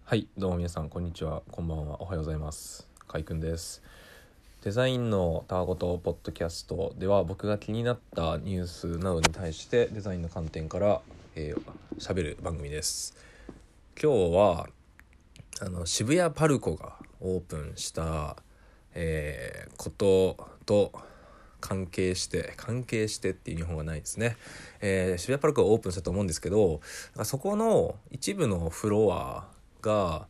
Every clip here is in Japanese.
はい、どうも皆さんこんにちは、こんばんは、おはようございます。かいくんです。デザインのたわごとポッドキャストでは、僕が気になったニュースなどに対してデザインの観点から喋る番組です。今日は渋谷パルコがオープンした、ことと関係してっていう日本はないですね。渋谷パルコがオープンしたと思うんですけど、そこの一部のフロアが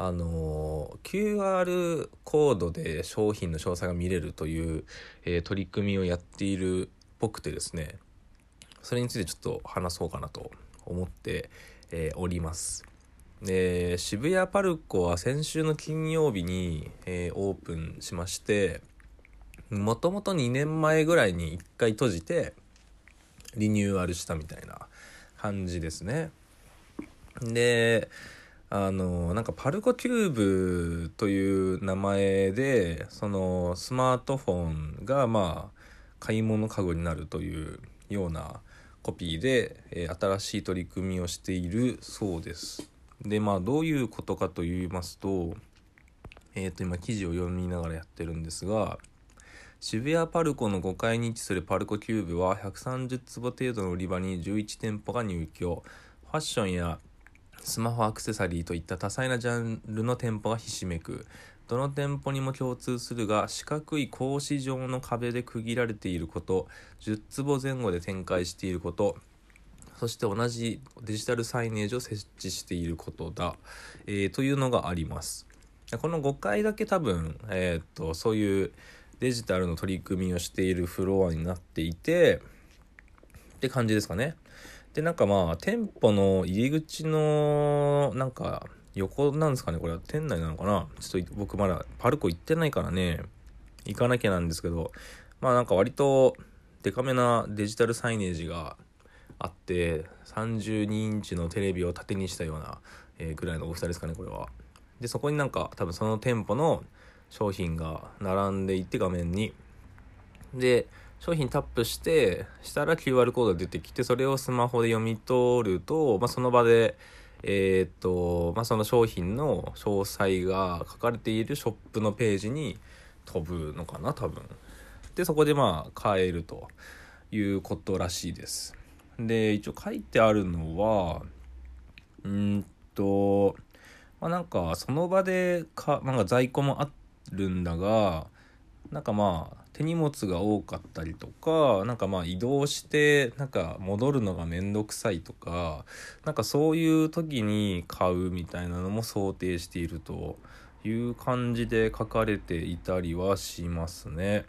QR コードで商品の詳細が見れるという、取り組みをやっているっぽくてですね、それについてちょっと話そうかなと思って、おります。で、渋谷パルコは先週の金曜日に、オープンしまして、もともと2年前ぐらいに1回閉じてリニューアルしたみたいな感じですね。で、なんかパルコキューブという名前で、そのスマートフォンが買い物カゴになるというようなコピーで、新しい取り組みをしているそうです。で、どういうことかと言いますと、今記事を読みながらやってるんですが、渋谷パルコの5階に位置するパルコキューブは130坪程度の売り場に11店舗が入居。ファッションやスマホアクセサリーといった多彩なジャンルの店舗がひしめく。どの店舗にも共通するが、四角い格子状の壁で区切られていること、10坪前後で展開していること、そして同じデジタルサイネージを設置していることだ、というのがあります。この5階だけ多分、そういうデジタルの取り組みをしているフロアになっていてって感じですかね。で、店舗の入り口の横なんですかね、これは店内なのかな。ちょっと僕まだパルコ行ってないからね、行かなきゃなんですけど、割とデカめなデジタルサイネージがあって、32インチのテレビを縦にしたような、ぐらいの大きさですかね、これは。で、そこに多分その店舗の商品が並んでいて、画面にで商品タップしたら QR コードが出てきて、それをスマホで読み取ると、その場でその商品の詳細が書かれているショップのページに飛ぶのかな、多分。で、そこで買えるということらしいです。で、一応書いてあるのはその場で在庫もあるんだが、手荷物が多かったりとか、移動して戻るのがめんどくさいとか、そういう時に買うみたいなのも想定しているという感じで書かれていたりはしますね。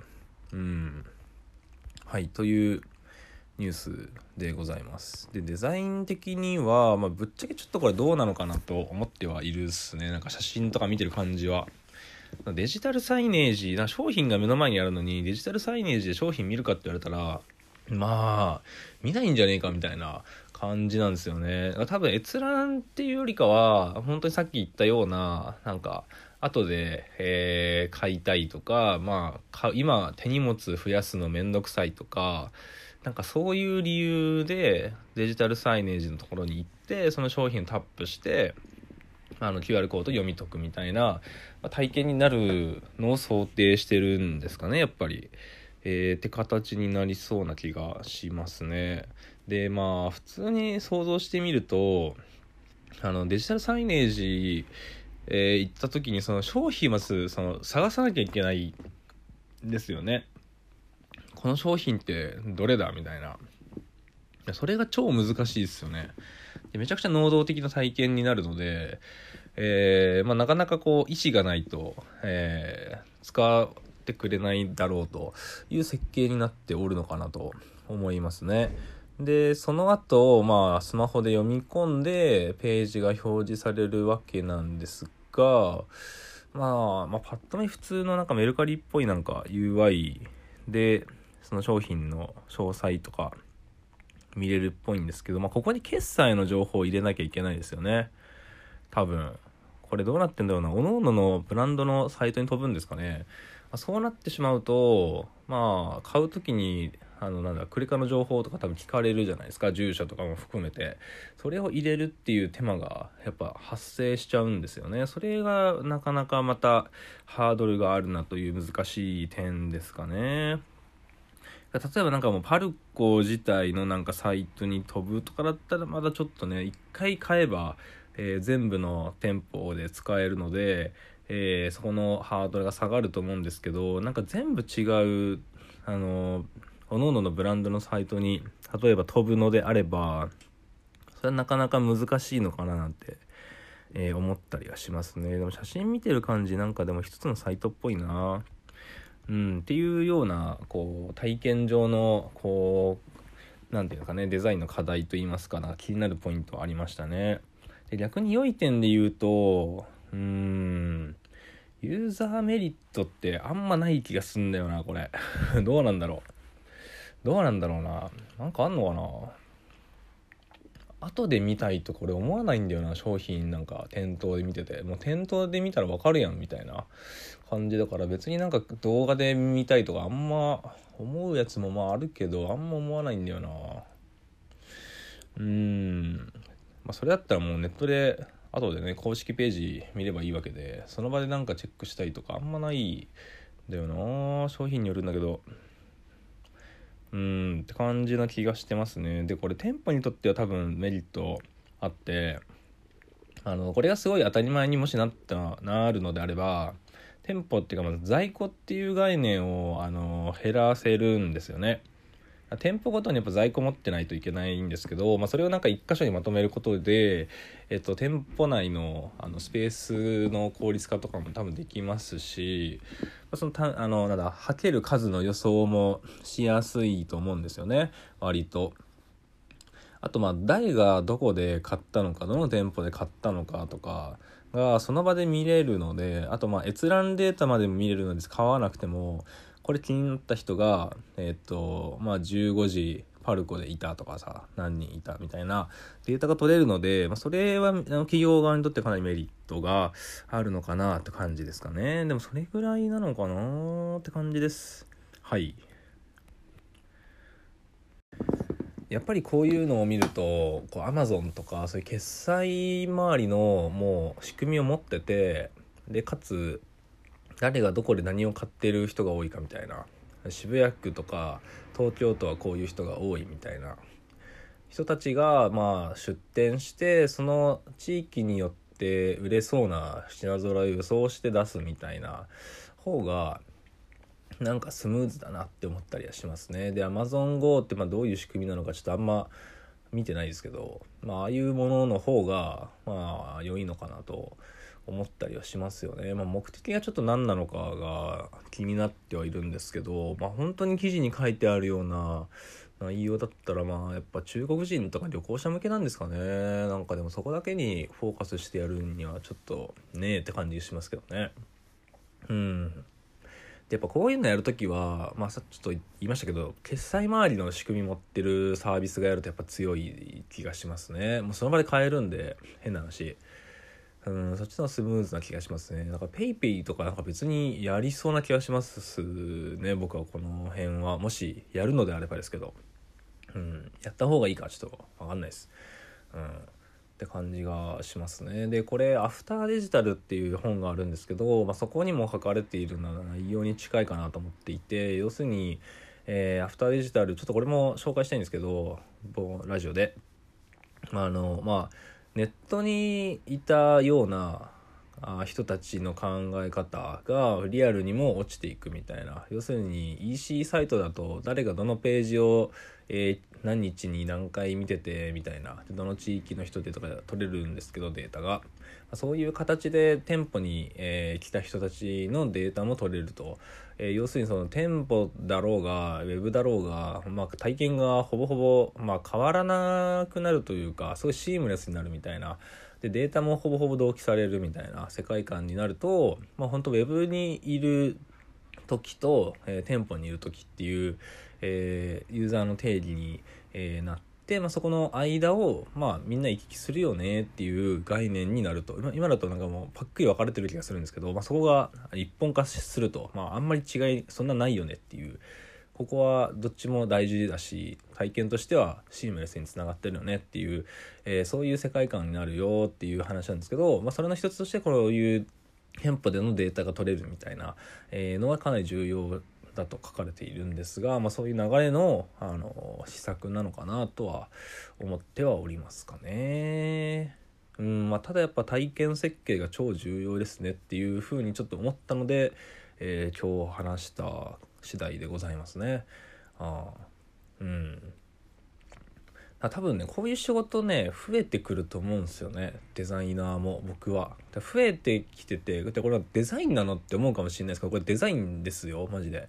はい、というニュースでございます。で、デザイン的には、ぶっちゃけちょっとこれどうなのかなと思ってはいるっすね。写真とか見てる感じは。デジタルサイネージ、商品が目の前にあるのにデジタルサイネージで商品見るかって言われたら、見ないんじゃねえかみたいな感じなんですよね。多分閲覧っていうよりかは、本当にさっき言ったような、後で、買いたいとか、今手荷物増やすのめんどくさいとか、そういう理由でデジタルサイネージのところに行って、その商品をタップしてQR コード読み解くみたいな体験になるのを想定してるんですかね、やっぱり。って形になりそうな気がしますね。で、普通に想像してみると、デジタルサイネージ、行った時にその商品まず探さなきゃいけないんですよね。この商品ってどれだみたいな。それが超難しいですよね。で、めちゃくちゃ能動的な体験になるので、なかなか意思がないと、使ってくれないだろうという設計になっておるのかなと思いますね。で、その後、スマホで読み込んでページが表示されるわけなんですが、パッと見普通のメルカリっぽいUI でその商品の詳細とか見れるっぽいんですけど、ここに決済の情報を入れなきゃいけないですよね。多分。これどうなってんだろうな。各々のブランドのサイトに飛ぶんですかね。そうなってしまうと、買うときに、 ここはどっちも大事だし、体験としてはシームレスにつながってるよねっていう、そういう世界観になるよっていう話なんですけど、それの一つとしてこういう店舗でのデータが取れるみたいなのはかなり重要だと書かれているんですが、そういう流れの、施策なのかなとは思ってはおりますかね。ただやっぱ体験設計が超重要ですねっていうふうにちょっと思ったので、今日話した次第でございますね。多分ねこういう仕事ね増えてくると思うんですよね。デザイナーも僕は増えてきてて、でこれはデザインなのって思うかもしれないですけど、これデザインですよマジで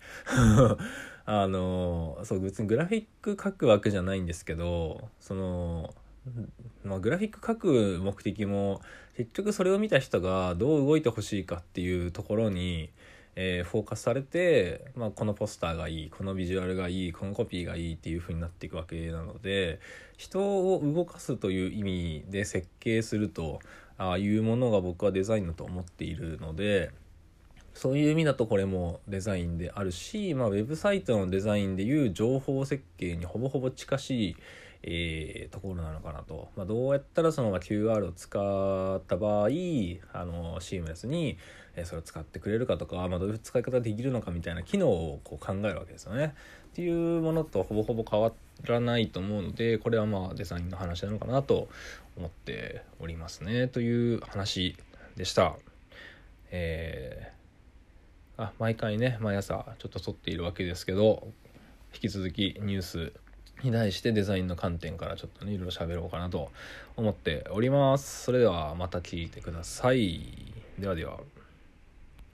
そう別にグラフィック書くわけじゃないんですけど、グラフィック書く目的も結局それを見た人がどう動いてほしいかっていうところにフォーカスされて、このポスターがいい、このビジュアルがいい、このコピーがいいっていう風になっていくわけなので、人を動かすという意味で設計するというものが僕はデザインだと思っているので、そういう意味だとこれもデザインであるし、ウェブサイトのデザインでいう情報設計にほぼほぼ近しい、ところなのかなと。どうやったらその QR を使った場合シームレスにそれを使ってくれるかとか、どういう使い方ができるのかみたいな機能をこう考えるわけですよね。っていうものとほぼほぼ変わらないと思うので、これはデザインの話なのかなと思っておりますねという話でした。毎回ね毎朝ちょっと撮っているわけですけど、引き続きニュースに対してデザインの観点からちょっとねいろいろ喋ろうかなと思っております。それではまた聞いてください。ではでは。